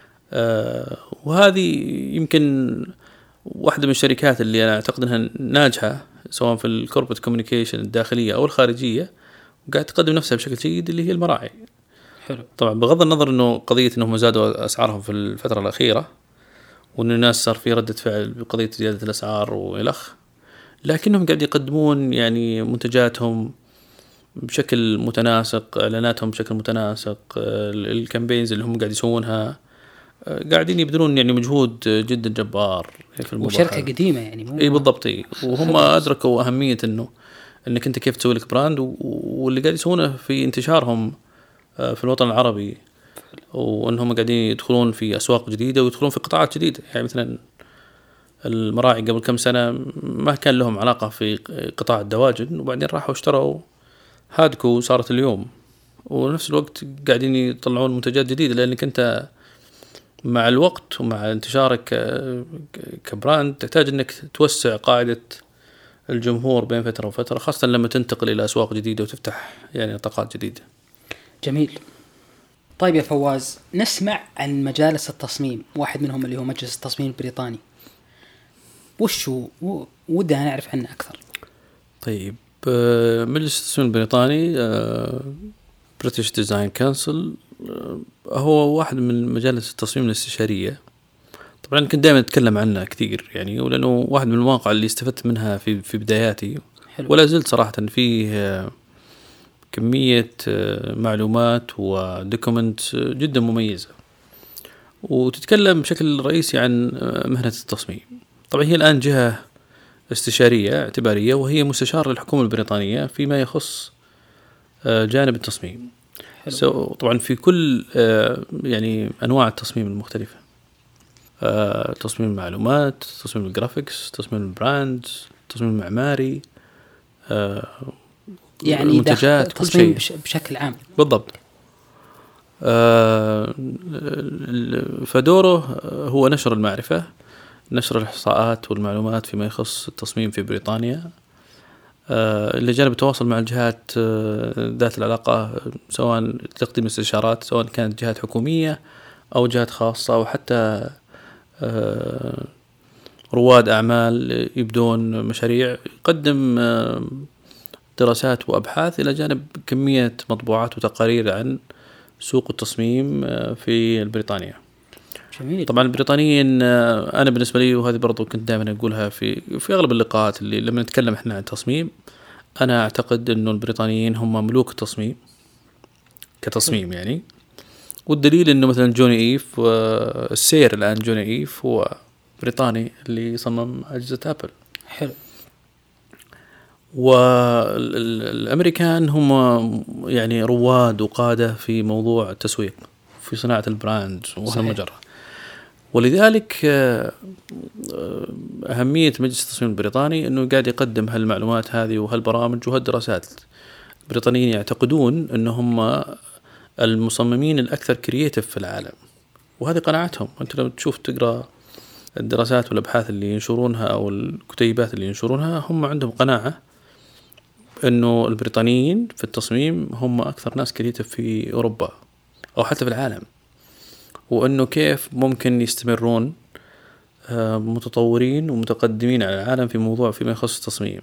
وهذه يمكن واحدة من الشركات اللي أنا أعتقد أنها ناجحة سواء في الكوربريت كوميونيكيشن الداخلية أو الخارجية، وقاعد تقدم نفسها بشكل جيد، اللي هي المراعي. حلو. طبعا بغض النظر أنه قضية أنهم زادوا أسعارهم في الفترة الأخيرة وأن الناس صار في ردة فعل بقضية زيادة الأسعار وإلخ، لكنهم قاعد يقدمون يعني منتجاتهم بشكل متناسق، إعلاناتهم بشكل متناسق، الكامبينز اللي هم قاعد يسوونها قاعدين يبذلون يعني مجهود جدا جبار في الموضوع. وشركة قديمة يعني. اي بالضبط. اي وهم ادركوا اهمية انه انك انت كيف تسوي لك براند، واللي قاعد يسوونه في انتشارهم في الوطن العربي، وانهم قاعدين يدخلون في اسواق جديدة ويدخلون في قطاعات جديدة. يعني مثلا المراعي قبل كم سنة ما كان لهم علاقة في قطاع الدواجن، وبعدين راحوا اشتروا هادكو وصارت اليوم، ونفس الوقت قاعدين يطلعون منتجات جديدة، لانك انت مع الوقت ومع انتشارك كبراند تحتاج انك توسع قاعدة الجمهور بين فترة وفترة، خاصة لما تنتقل الى اسواق جديدة وتفتح يعني نطاقات جديدة. جميل. طيب يا فواز، نسمع عن مجالس التصميم، واحد منهم اللي هو مجلس التصميم البريطاني، وش هو؟ ودنا نعرف عنه اكثر. طيب مجلس التصميم البريطاني بريتش ديزاين كونسل هو واحد من مجالس التصميم الاستشارية. طبعا كنت دائما أتكلم عنها كثير يعني، ولأنه واحد من المواقع اللي استفدت منها في في بداياتي. حلو. ولا زلت صراحة فيه كمية معلومات ودوكومنت جدا مميزة، وتتكلم بشكل رئيسي عن مهنة التصميم. طبعا هي الآن جهة استشارية اعتبارية، وهي مستشار للحكومة البريطانية فيما يخص جانب التصميم. so, طبعا في كل يعني أنواع التصميم المختلفة، تصميم المعلومات، تصميم الجرافيكس، تصميم البراند، تصميم المعماري، يعني المنتجات، كل شيء شيء بشكل عام. بالضبط. فدوره هو نشر المعرفة، نشر الإحصاءات والمعلومات فيما يخص التصميم في بريطانيا، اللي جانب التواصل مع الجهات ذات العلاقة، سواء تقديم استشارات، سواء كانت جهات حكومية أو جهات خاصة، أو حتى رواد أعمال يبدون مشاريع، يقدم دراسات وأبحاث إلى جانب كمية مطبوعات وتقارير عن سوق التصميم في بريطانيا. جميل. طبعا البريطانيين أنا بالنسبة لي، وهذه برضو كنت دائما أقولها في في أغلب اللقاءات اللي لما نتكلم إحنا عن التصميم، أنا أعتقد إنه البريطانيين هم ملوك التصميم كتصميم يعني. والدليل إنه مثلا جوني إيف، السير الآن جوني إيف هو بريطاني اللي صمم أجهزة أبل. حلو. والأمريكان هم يعني رواد وقادة في موضوع التسويق في صناعة البراند وهالمجرة. ولذلك أهمية مجلس التصميم البريطاني أنه قاعد يقدم هالمعلومات هذه وهالبرامج وهالدراسات. البريطانيين يعتقدون أنهم المصممين الأكثر كرياتيف في العالم، وهذه قناعتهم. أنت لو تشوف تقرأ الدراسات والأبحاث اللي ينشرونها أو الكتيبات اللي ينشرونها، هم عندهم قناعة أنه البريطانيين في التصميم هم أكثر ناس كرياتيف في أوروبا أو حتى في العالم، وأنه كيف ممكن يستمرون متطورين ومتقدمين على العالم في موضوع فيما يخص التصميم.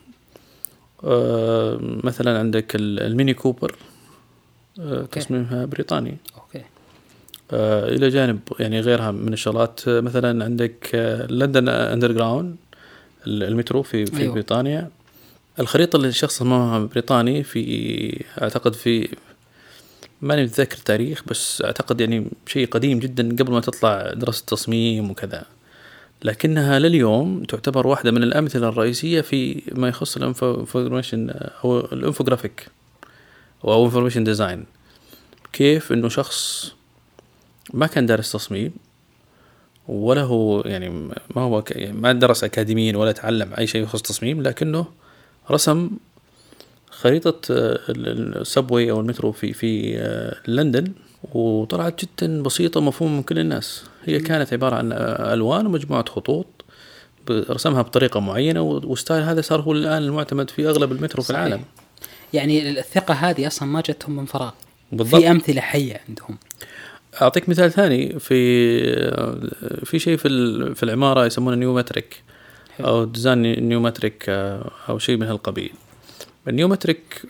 مثلا عندك الميني كوبر، تصميمها بريطاني. أوكي. إلى جانب يعني غيرها من الشغلات، مثلا عندك لندن أندرغراوند، المترو في في أيوه. بريطانيا. الخريطة اللي الشخص صممها بريطاني، في أعتقد في ماني متذكر تاريخ، بس أعتقد يعني شيء قديم جدا قبل ما تطلع دراسة تصميم وكذا، لكنها لليوم تعتبر واحدة من الأمثلة الرئيسية في ما يخص الانفورميشن أو الانفوغرافيك أو انفورميشن ديزاين. كيف إنه شخص ما كان دارس تصميم ولا هو يعني ما هو يعني ما درس أكاديميا ولا تعلم أي شيء يخص تصميم، لكنه رسم خريطة السبوي أو المترو في في لندن، وطلعت جدا بسيطة مفهوم من كل الناس. هي كانت عبارة عن ألوان ومجموعة خطوط رسمها بطريقة معينة، وستايل هذا صار هو الآن المعتمد في أغلب المترو في العالم. يعني الثقة هذه أصلا ما جتهم من فراغ. بالضبط. في أمثلة حية عندهم. أعطيك مثال ثاني، في في شيء في في العمارة يسمونه نيومتريك أو ديزاين نيومتريك أو شيء من هالقبيل. النيومتريك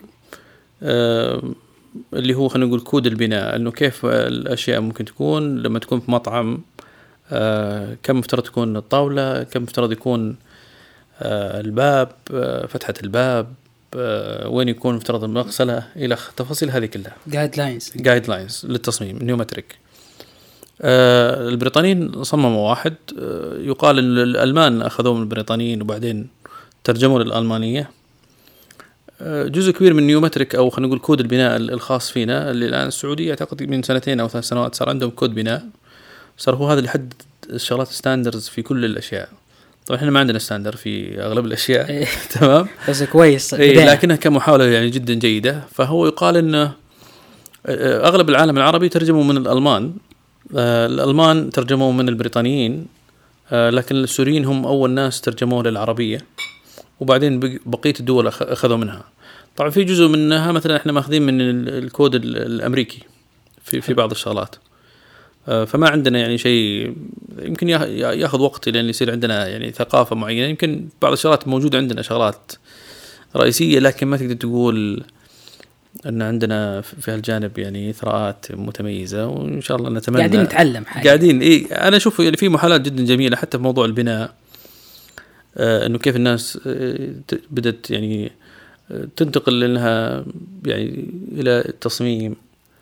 اللي هو خلينا نقول كود البناء، إنه كيف الأشياء ممكن تكون لما تكون في مطعم، كم مفترض تكون الطاولة، كم مفترض يكون الباب، فتحة الباب، وين يكون مفترض المغسلة، إلى تفاصيل هذه كلها. guidelines guidelines للتصميم نيومتريك. البريطانيين صمموا واحد، يقال إن الألمان أخذوه من البريطانيين وبعدين ترجموا للألمانية. جزء كبير من نيومتريك أو خلينا نقول كود البناء الخاص فينا، اللي الآن السعودية أعتقد من سنتين أو ثلاث سنوات صار عندهم كود بناء، صار هو هذا اللي يحدد الشغلات ستاندرز في كل الأشياء. طبعا إحنا ما عندنا ستاندر في أغلب الأشياء. تمام. بس كويس. إيه، لكنها كمحاولة يعني جدا جيدة. فهو يقال إنه أغلب العالم العربي ترجموا من الألمان، الألمان ترجموا من البريطانيين، لكن السوريين هم أول ناس ترجموا للعربية، وبعدين بقية الدول أخذوا منها. طبعا في جزء منها مثلا إحنا ماخذين من الكود الأمريكي في في بعض الشغلات، فما عندنا يعني شيء يمكن ياخذ وقت لين يصير عندنا يعني ثقافة معينة. يمكن بعض الشغلات موجودة عندنا، شغلات رئيسية، لكن ما تقدر تقول أن عندنا في هالجانب يعني إثراءات متميزة، وإن شاء الله نتمنى قاعدين نتعلم حاجة. قاعدين إيه أنا أشوف يعني في محاولات جدا جميلة حتى في موضوع البناء، آه إنه كيف الناس آه بدأت يعني آه تنتقل لها يعني إلى التصميم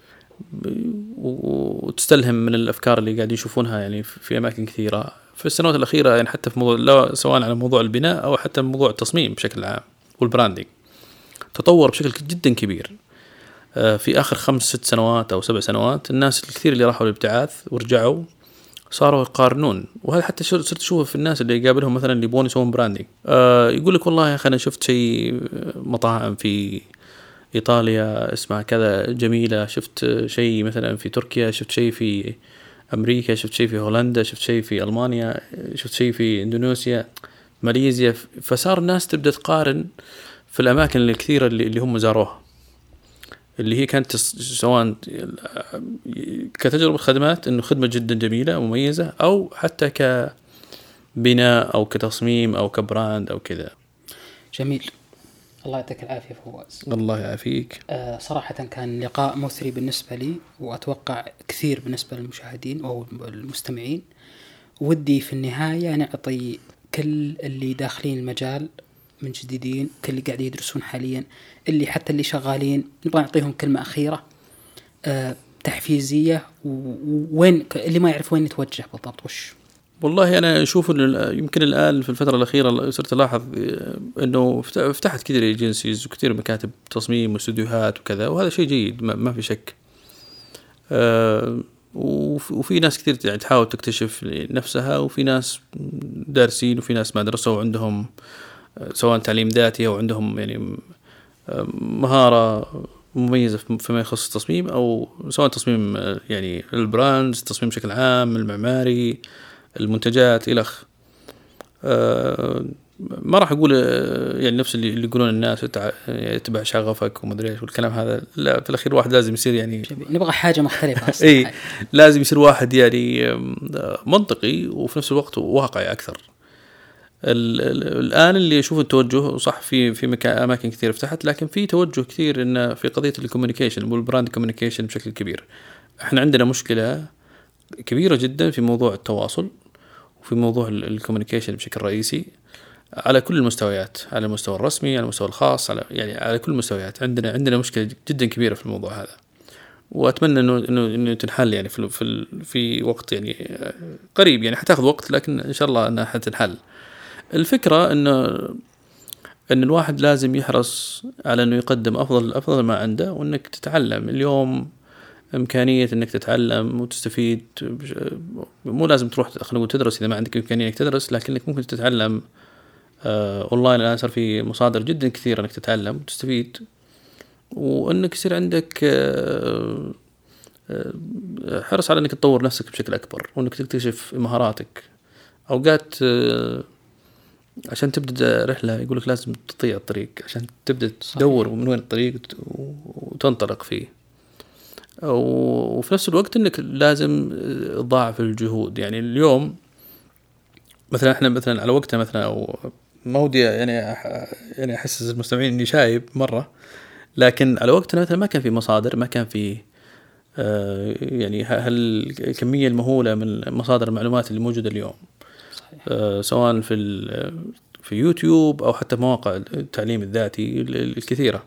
وتستلهم من الأفكار اللي قاعدين يشوفونها يعني في أماكن كثيرة في السنوات الأخيرة، يعني حتى في موضوع سواء على موضوع البناء أو حتى موضوع التصميم بشكل عام والبراندينج تطور بشكل جدا كبير. في آخر خمس ست سنوات أو سبع سنوات الناس الكثير اللي راحوا الابتعاث ورجعوا صاروا يقارنون، وهذا حتى صرت أشوفه في الناس اللي يقابلهم مثلا اللي يبون يسوون براندينج، يقول لك والله يا أخي أنا شفت شيء مطاعم في إيطاليا اسمها كذا جميلة، شفت شيء مثلا في تركيا، شفت شيء في أمريكا، شفت شيء في هولندا، شفت شيء في ألمانيا، شفت شيء في إندونيسيا، ماليزيا. فصار الناس تبدأ تقارن في الأماكن الكثيرة اللي, اللي هم زاروها، اللي هي كانت سواء كتجربة خدمات إنه خدمة جدا جميلة ومميزة، أو حتى كبناء أو كتصميم أو كبراند أو كذا. جميل، الله يعطيك العافية فواز. الله يعافيك. أه صراحة كان لقاء مثري بالنسبة لي، وأتوقع كثير بالنسبة للمشاهدين أو المستمعين. ودي في النهاية نعطي كل اللي داخلين المجال من جديدين، كل اللي قاعد يدرسون حاليا، اللي حتى اللي شغالين، نبغى نعطيهم كلمة أخيرة أه تحفيزية، ووين اللي ما يعرف وين يتوجه بالضبط وش. والله أنا أشوف إنه يمكن الآن في الفترة الأخيرة صرت ألاحظ إنه فتحت كثير ايجنسيز وكثير مكاتب تصميم واستوديوهات وكذا، وهذا شيء جيد ما في شك. أه وفي ناس كثير يعني تحاول تكتشف نفسها، وفي ناس دارسين وفي ناس ما درسوا وعندهم سواء تعليم ذاتي أو عندهم يعني مهارة مميزة فيما يخص التصميم، أو سواء تصميم يعني البراندز، تصميم بشكل عام، المعماري، المنتجات إلخ. أه ما راح أقول يعني نفس اللي اللي يقولون الناس اتبع شغفك وما أدري إيش والكلام هذا، لا في الأخير واحد لازم يصير يعني نبغى حاجة مختلفة. إيه لازم يصير واحد يعني منطقي وفي نفس الوقت واقعي أكثر. الآن اللي يشوف التوجه صح في في مكان أماكن كثير فتحت، لكن في توجه كثير إن في قضية الكوميونيكيشن والبراند كوميونيكيشن بشكل كبير. إحنا عندنا مشكلة كبيرة جدا في موضوع التواصل وفي موضوع الكوميونيكيشن بشكل رئيسي على كل المستويات، على المستوى الرسمي، على المستوى الخاص، على يعني على كل المستويات. عندنا عندنا مشكلة جدا كبيرة في الموضوع هذا، وأتمنى إنه إنه إنه تنحل يعني في في في وقت يعني قريب، يعني حتاخذ وقت لكن إن شاء الله أنها حتنحل. الفكرة إنه إن الواحد لازم يحرص على إنه يقدم أفضل أفضل ما عنده، وإنك تتعلم. اليوم إمكانية إنك تتعلم وتستفيد، مو لازم تروح خلينا نقول تدرس إذا ما عندك إمكانية إنك تدرس، لكنك ممكن تتعلم آه أونلاين. الآن صار في مصادر جدا كثيرة إنك تتعلم وتستفيد، وإنك يصير عندك آه آه حرص على إنك تطور نفسك بشكل أكبر، وإنك تكتشف مهاراتك. أوقات آه عشان تبدأ رحلة يقولك لازم تطيع الطريق عشان تبدأ تدور من وين الطريق وتنطلق فيه، وفي نفس الوقت انك لازم تضاعف الجهود. يعني اليوم مثلا احنا مثلا على وقتنا مثلا، او مودي يعني يعني احسس المستمعين اني شايب مره، لكن على وقتنا مثلا ما كان في مصادر، ما كان في آه يعني هالكميه المهوله من مصادر المعلومات اللي موجوده اليوم، آه سواء في في يوتيوب او حتى مواقع التعليم الذاتي الكثيره.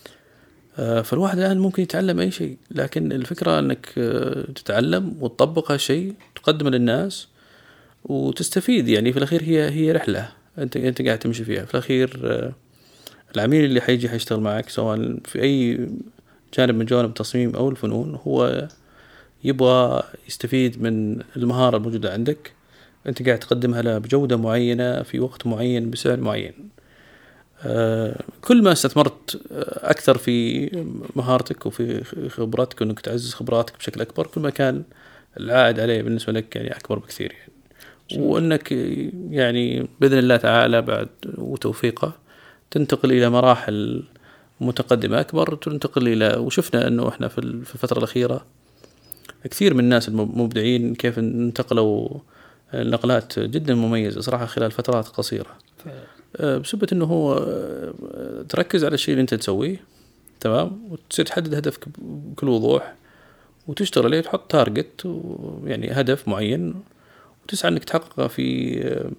فالواحد الآن ممكن يتعلم أي شيء، لكن الفكرة أنك تتعلم وتطبق هالشيء تقدمه للناس وتستفيد. يعني في الأخير هي هي رحلة أنت أنت قاعد تمشي فيها. في الأخير العميل اللي حيجي حيشتغل معك سواء في أي جانب من جوانب التصميم أو الفنون، هو يبغى يستفيد من المهارة الموجودة عندك، أنت قاعد تقدمها له بجودة معينة في وقت معين بسعر معين. آه كل ما استثمرت أكثر في مهارتك وفي خبراتك وأنك تعزز خبراتك بشكل أكبر، كل ما كان العائد عليه بالنسبة لك يعني أكبر بكثير يعني. وأنك يعني بإذن الله تعالى بعد وتوفيقه تنتقل إلى مراحل متقدمة أكبر، تنتقل إلى وشفنا أنه إحنا في الفترة الأخيرة كثير من الناس المبدعين كيف انتقلوا نقلات جدا مميزة صراحة خلال فترات قصيرة. بسبب انه هو تركز على الشيء اللي انت تسويه، تمام، وتصير تحدد هدفك بكل وضوح وتشتغل عليه، تحط تارجت يعني هدف معين وتسعى انك تحققه في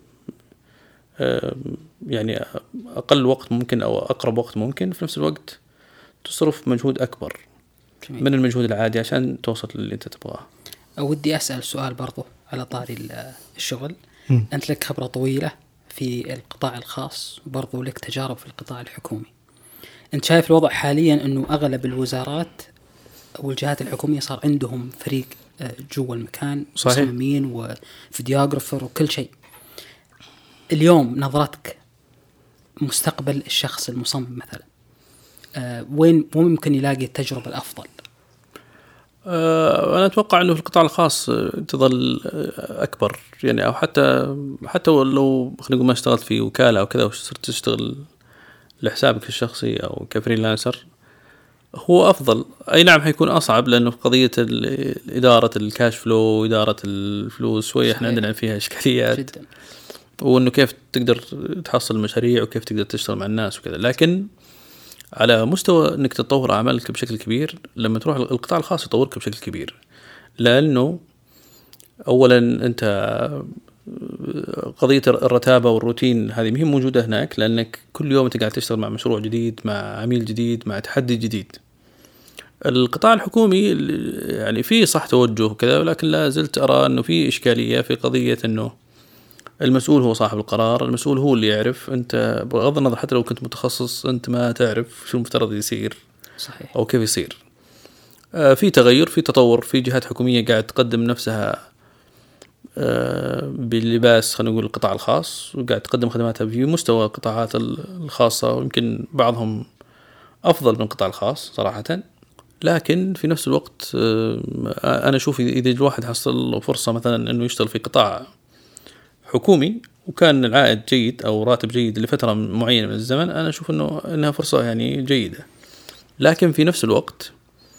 يعني اقل وقت ممكن او اقرب وقت ممكن، في نفس الوقت تصرف مجهود اكبر جميل. من المجهود العادي عشان توصل للي انت تبغاه. ودي اسال سؤال برضو على طاري الشغل. م. انت لك خبره طويله في القطاع الخاص وبرضو لك تجارب في القطاع الحكومي. انت شايف الوضع حاليا انه اغلب الوزارات والجهات الحكوميه صار عندهم فريق جوا المكان، مصممين وفيديوغرافر وكل شيء. اليوم نظرتك مستقبل الشخص المصمم مثلا أه وين ممكن يلاقي التجربة الأفضل؟ أه أنا أتوقع أنه في القطاع الخاص تظل أكبر يعني، أو حتى حتى لو خلينا نقول ما اشتغلت في وكالة أو كذا وصرت تشتغل لحسابك الشخصي أو كفريلانسر هو أفضل. أي نعم حيكون أصعب لأنه في قضية إدارة الكاش فلو وإدارة الفلوس شوية إحنا عندنا فيها إشكاليات جدا، وإنه كيف تقدر تحصل المشاريع وكيف تقدر تشتغل مع الناس وكذا. لكن على مستوى إنك تطور أعمالك بشكل كبير لما تروح القطاع الخاص يطورك بشكل كبير، لأنه أولا أنت قضية الرتابة والروتين هذه مهم موجودة هناك، لأنك كل يوم أنت قاعد تشتغل مع مشروع جديد، مع عميل جديد، مع تحدي جديد. القطاع الحكومي يعني فيه صح توجه وكذا، ولكن لا زلت أرى أنه فيه إشكالية في قضية أنه المسؤول هو صاحب القرار، المسؤول هو اللي يعرف. أنت بغض النظر حتى لو كنت متخصص أنت ما تعرف شو المفترض يصير صحيح أو كيف يصير. آه في تغير، في تطور، في جهات حكومية قاعد تقدم نفسها آه باللباس خلينا نقول القطاع الخاص، وقاعد تقدم خدماتها في مستوى القطاعات الخاصة، ويمكن بعضهم أفضل من القطاع الخاص صراحة. لكن في نفس الوقت آه أنا أشوف إذا الواحد حصل فرصة مثلا إنه يشتغل في قطاع حكومي وكان العائد جيد أو راتب جيد لفترة معينة من الزمن، أنا أشوف إنه إنها فرصة يعني جيدة. لكن في نفس الوقت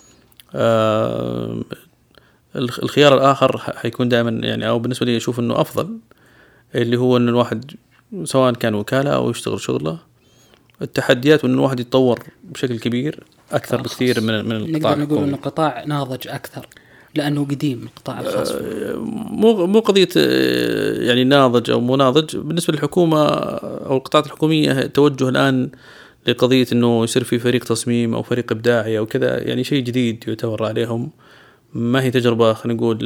آه الخيار الآخر حيكون دائما يعني، أو بالنسبة لي أشوف إنه أفضل، اللي هو إن الواحد سواء كان وكالة أو يشتغل شغله، التحديات وإن الواحد يتطور بشكل كبير أكثر أرخص. بكثير من من القطاع الحكومي. نقدر نقول إنه قطاع ناضج أكثر لأنه قديم القطاع الخاص. مو مو قضية يعني ناضج أو مو ناضج. بالنسبة للحكومة أو القطاعات الحكومية توجه الآن لقضية إنه يصير في فريق تصميم أو فريق إبداعي أو كذا، يعني شيء جديد يعتبر عليهم، ما هي تجربة خلينا نقول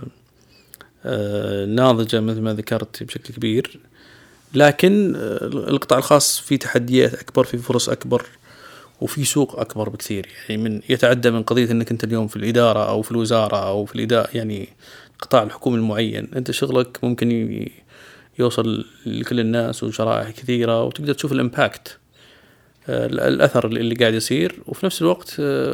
ناضجة مثل ما ذكرت بشكل كبير. لكن القطاع الخاص فيه تحديات أكبر، فيه فرص أكبر، وفي سوق أكبر بكثير، يعني من يتعدى من قضية أنك أنت اليوم في الإدارة أو في الوزارة أو في الإدارة يعني القطاع الحكومي المعين، أنت شغلك ممكن يوصل لكل الناس وشرائح كثيرة، وتقدر تشوف الإمباكت الأثر اللي قاعد يصير. وفي نفس الوقت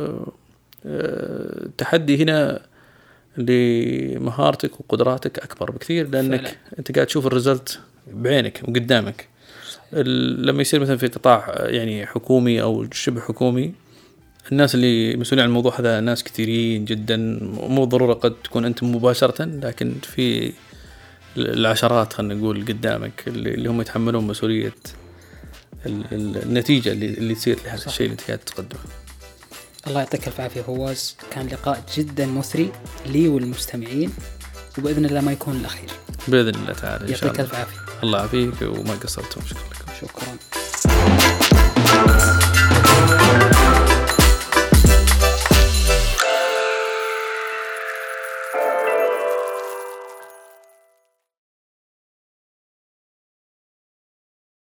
التحدي هنا لمهارتك وقدراتك أكبر بكثير، لأنك فعلا. أنت قاعد تشوف الريزلت بعينك وقدامك. لما يصير مثلا في قطاع يعني حكومي أو شبه حكومي، الناس اللي مسؤولين عن الموضوع هذا ناس كثيرين جدا، مو ضرورة قد تكون أنت مباشرة، لكن في العشرات خلينا نقول قدامك اللي هم يتحملون مسؤولية النتيجة اللي تصير لهذا الشيء اللي قاعد تقدمه. الله يعطيك العافية فواز، كان لقاء جدا مثري لي والمستمعين، وبإذن الله ما يكون الأخير بإذن الله تعالى. يعطيك العافية. الله يعافيك وما قصرتم. شكرا لكم. شكرا.